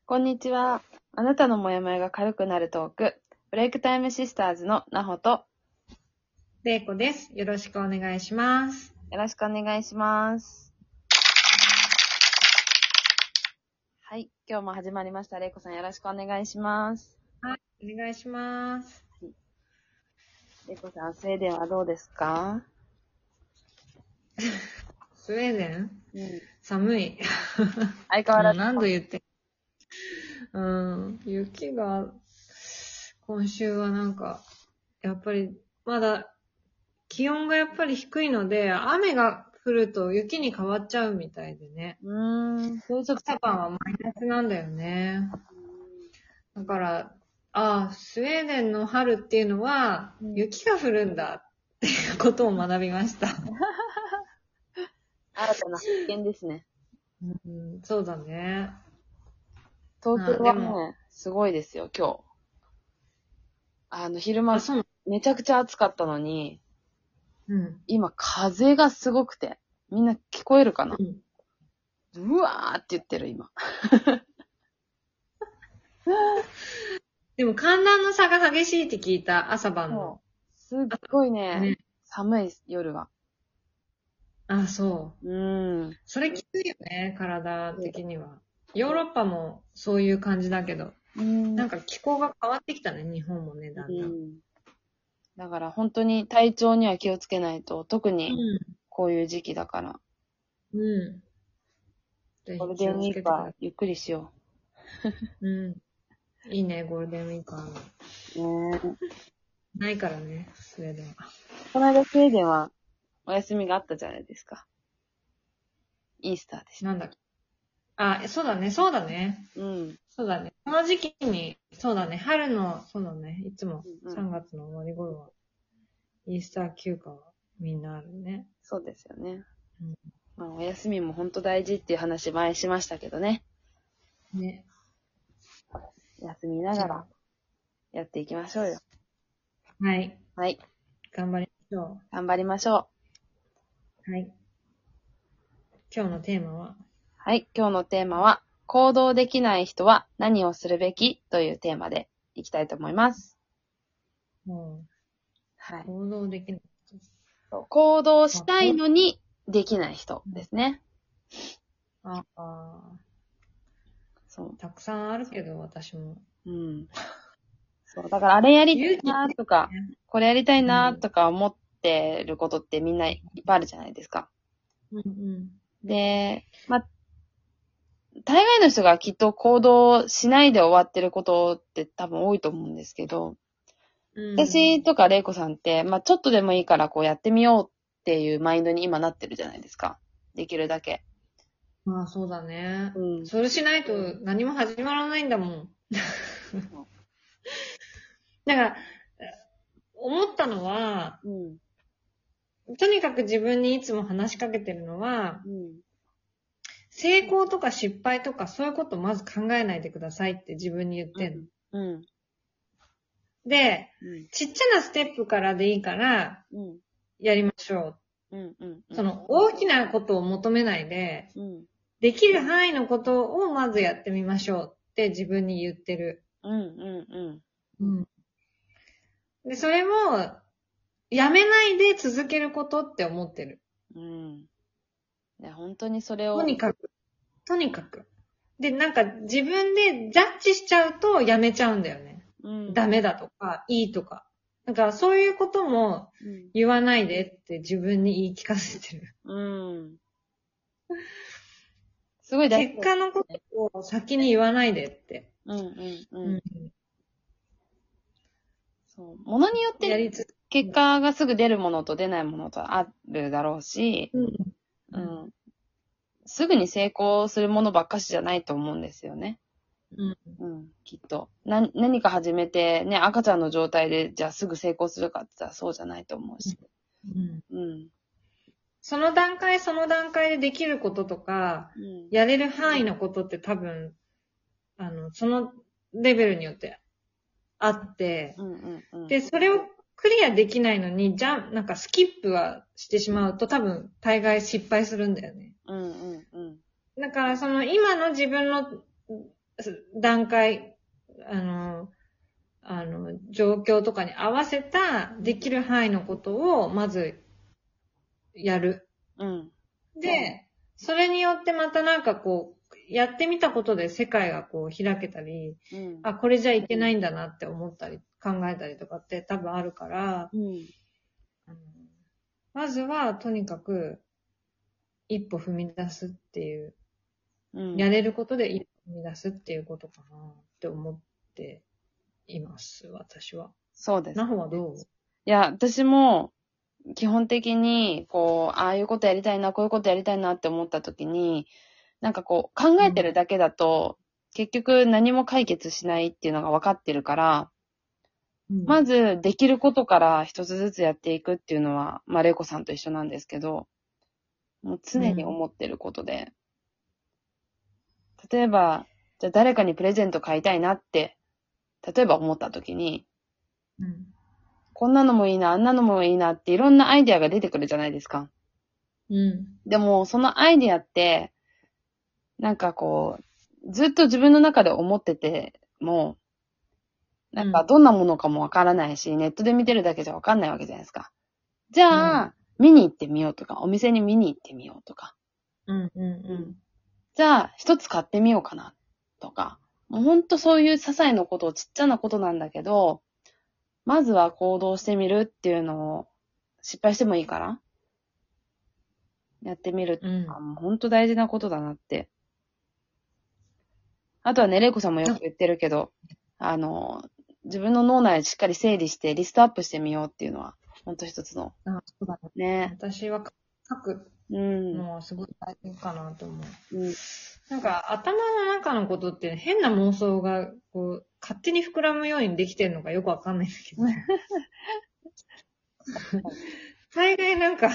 こんにちは。あなたのモヤモヤが軽くなるトーク、ブレイクタイムシスターズのなほと、 れいこです。よろしくお願いします。 よろしくお願いします。はい、今日も始まりました。れいこさんよろしくお願いします。 はい、お願いします。 れいこさん、スウェーデンはどうですか？ スウェーデン寒い。 相変わらず。 何度言って。雪が、今週はなんか、やっぱり、まだ、気温がやっぱり低いので、雨が降ると雪に変わっちゃうみたいでね。 それちょっと。 朝晩はマイナスなんだよね。だから、スウェーデンの春っていうのは、雪が降るんだっていうことを学びました。 新たな発見ですね。 そうだね。 東京はね、すごいですよ、今日。昼間、めちゃくちゃ暑かったのに、今、風がすごくて、みんな聞こえるかな？うわーって言ってる、今。 でも寒暖の差が激しいって聞いた、朝晩の。 すっごいね、寒い夜は。 そう。それきついよね、体的には。ヨーロッパもそういう感じだけど。なんか気候が変わってきたね、日本もね、だんだん。 だから本当に体調には気をつけないと、特にこういう時期だから。ゴールデンウィークはゆっくりしよう。いいね、ゴールデンウィークは。ないからね、スウェーデンは。 この間スウェーデンはお休みがあったじゃないですか。イースターでした。 なんだっけ。そうだね。そうだね。この時期に、そうだね。春の、そうだね。いつも3月の終わり頃は、イースター休暇はみんなあるね。 そうですよね。お休みも本当大事っていう話前しましたけどね。休みながらやっていきましょうよ。 はい。 はい。 頑張りましょう。 頑張りましょう。はい。今日のテーマは？ はい。今日のテーマは、行動できない人は何をするべきというテーマでいきたいと思います。 はい。行動できない人。行動したいのにできない人ですね。 そう。たくさんあるけど、私も。 そう。だからあれやりたいなとか、これやりたいなとか思ってることってみんないっぱいあるじゃないですか。で、大概の人がきっと行動しないで終わってることって多分多いと思うんですけど、私とか玲子さんって、ちょっとでもいいからこうやってみようっていうマインドに今なってるじゃないですか。できるだけ。 そうだね。それしないと何も始まらないんだもん。だから、思ったのは、とにかく自分にいつも話しかけてるのは、成功とか失敗とかそういうことまず考えないでくださいって自分に言ってんの。で、ちっちゃなステップからでいいから、やりましょう。その大きなことを求めないで、できる範囲のことをまずやってみましょうって自分に言ってる。で、それも、やめないで続けることって思ってる。 本当にそれを。 とにかく。で、なんか自分でジャッジしちゃうとやめちゃうんだよね。ダメだとか、いいとか。だからそういうことも言わないでって自分に言い聞かせてる。すごい大事。結果のことを先に言わないでって。 そう。ものによって結果がすぐ出るものと出ないものとあるだろうし、すぐに成功するものばっかしじゃないと思うんですよね。きっと。何か始めて、ね、赤ちゃんの状態で、じゃあすぐ成功するかって言ったらそうじゃないと思うし。 その段階でできることとか、やれる範囲のことって多分、そのレベルによってあって、で、それをクリアできないのに、なんかスキップはしてしまうと多分大概失敗するんだよね。だからその今の自分の段階、状況とかに合わせた、できる範囲のことを、まず、やる。 うん。 で、それによってまたなんかこう、やってみたことで世界がこう開けたり、 うん、 あ、これじゃいけないんだなって思ったり、考えたりとかって多分あるから、 うん、 まずはとにかく一歩踏み出すっていう、 うん、 やれることで一歩踏み出すっていうことかなって思っています、私は。 そうです。 なほはどう？ いや、私も、基本的に、こう、ああいうことやりたいな、こういうことやりたいなって思った時に、なんかこう、考えてるだけだと、結局何も解決しないっていうのが分かってるから、まず、できることから一つずつやっていくっていうのは、まあ、レイコさんと一緒なんですけど、もう常に思ってることで、例えば、じゃあ誰かにプレゼント買いたいなって、例えば思った時に、こんなのもいいな、あんなのもいいなっていろんなアイデアが出てくるじゃないですか。でも、そのアイデアって、なんかこう、ずっと自分の中で思ってても、なんかどんなものかもわからないし、ネットで見てるだけじゃわかんないわけじゃないですか。じゃあ、見に行ってみようとか、お店に見に行ってみようとか。じゃあ、一つ買ってみようかなとか。もうほんとそういう些細なこと、ちっちゃなことなんだけど、まずは行動してみるっていうのを、失敗してもいいから、やってみるっていうのは、もうほんと大事なことだなって。あとはね、レイコさんもよく言ってるけど、自分の脳内しっかり整理してリストアップしてみようっていうのは、ほんと一つの。 そうだね。私は書くのはすごい大事かなと思う。なんか頭の中のことって変な妄想がこう勝手に膨らむようにできてるのかよくわかんないんだけど。大概なんか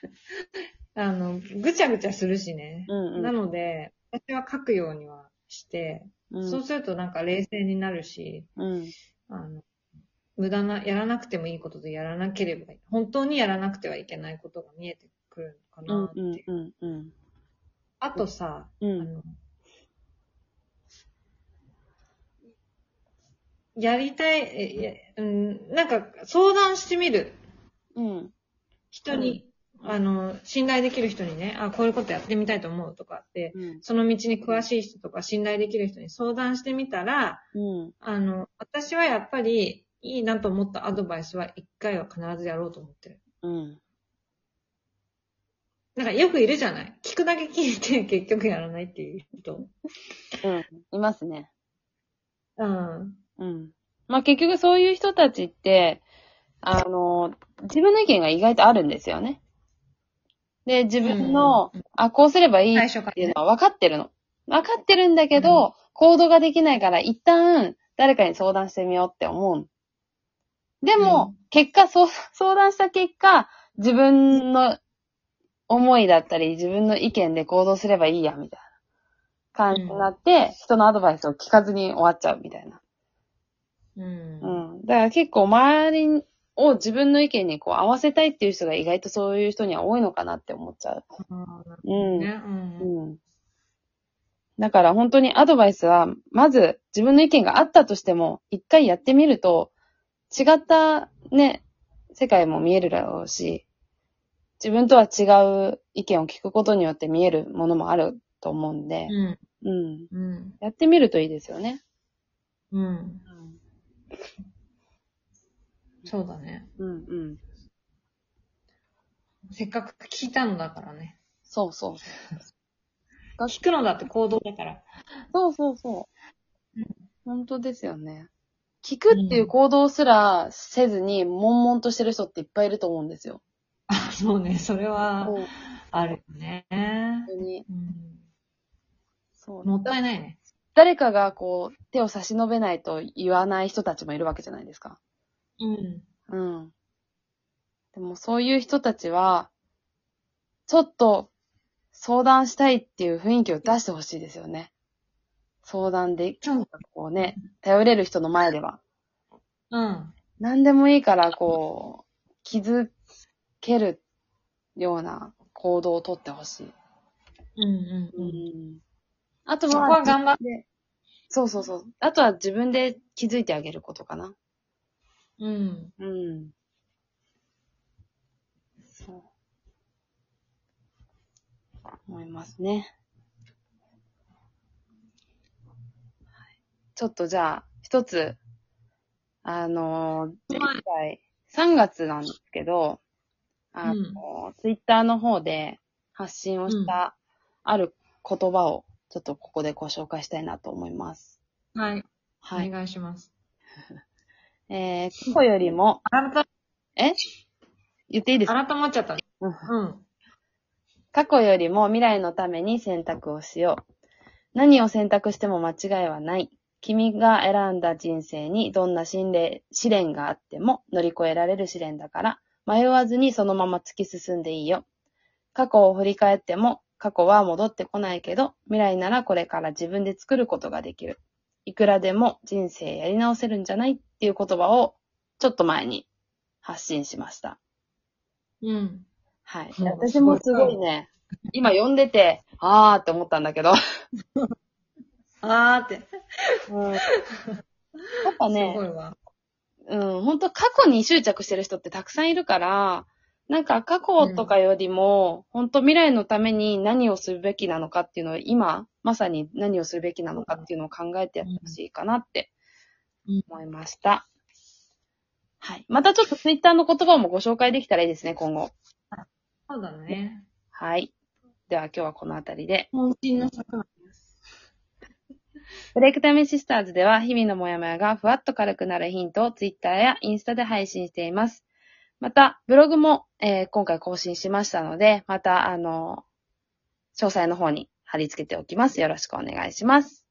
ぐちゃぐちゃするしね。なので、私は書くようにはして、そうするとなんか冷静になるし、無駄な、やらなくてもいいことでやらなければいい。本当にやらなくてはいけないことが見えてくるのかなっていう。あとさ、やりたい、なんか相談してみる。人に、信頼できる人にね、あ、こういうことやってみたいと思うとかって、その道に詳しい人とか信頼できる人に相談してみたら、私はやっぱりいいなと思ったアドバイスは一回は必ずやろうと思ってる。なんかよくいるじゃない？聞くだけ聞いて結局やらないっていう人。 いますね。まあ結局そういう人たちって、自分の意見が意外とあるんですよね。で、自分の、こうすればいいっていうのは分かってるの。分かってるんだけど、行動ができないから一旦誰かに相談してみようって思う。でも、相談した結果、自分の思いだったり、自分の意見で行動すればいいや、みたいな感じになって、人のアドバイスを聞かずに終わっちゃうみたいな。だから結構周りを自分の意見にこう合わせたいっていう人が意外とそういう人には多いのかなって思っちゃう。だから本当にアドバイスは、まず自分の意見があったとしても、一回やってみると、違ったね、世界も見えるだろうし、自分とは違う意見を聞くことによって見えるものもあると思うんで、やってみるといいですよね。 そうだね。せっかく聞いたのだからね。 そう。 聞くのだって行動だから。 そう。本当ですよね。聞くっていう行動すらせずに、悶々としてる人っていっぱいいると思うんですよ。 そうね。それは、あるよね。 本当に。 もったいないね。 誰かがこう、手を差し伸べないと言わない人たちもいるわけじゃないですか。でもそういう人たちは、ちょっと相談したいっていう雰囲気を出してほしいですよね。相談で、こうね、頼れる人の前では。何でもいいから、こう、気づけるような行動をとってほしい。あとは、 そこは頑張って。 そうそうそう。あとは自分で気づいてあげることかな。 うん。 うん。そう。思いますね。ちょっとじゃあ、一つ、前回、3月なんですけど、ツイッターの方で発信をしたある言葉をちょっとここでご紹介したいなと思います。 はい。はい。お願いします。 過去よりも、言っていいですか？ 改まっちゃった。うん。 過去よりも未来のために選択をしよう。何を選択しても間違いはない。君が選んだ人生にどんな試練があっても乗り越えられる試練だから、迷わずにそのまま突き進んでいいよ。過去を振り返っても過去は戻ってこないけど、未来ならこれから自分で作ることができる。いくらでも人生やり直せるんじゃないっていう言葉をちょっと前に発信しました。 うん。 はい。私もすごいね、今読んでて、あーって思ったんだけど。 あーって。 やっぱね、 すごいわ。 本当過去に執着してる人ってたくさんいるから、なんか過去とかよりも、本当未来のために何をするべきなのかっていうのを今、まさに何をするべきなのかっていうのを考えてやってほしいかなって思いました。はい。またちょっとツイッターの言葉もご紹介できたらいいですね、今後。 そうだね。 はい。では今日はこのあたりで。 本心の尺なんです。 ブレイクタイムシスターズでは日々のモヤモヤがふわっと軽くなるヒントをツイッターやインスタで配信しています。また、ブログも、今回更新しましたので、また、詳細の方に貼り付けておきます。よろしくお願いします。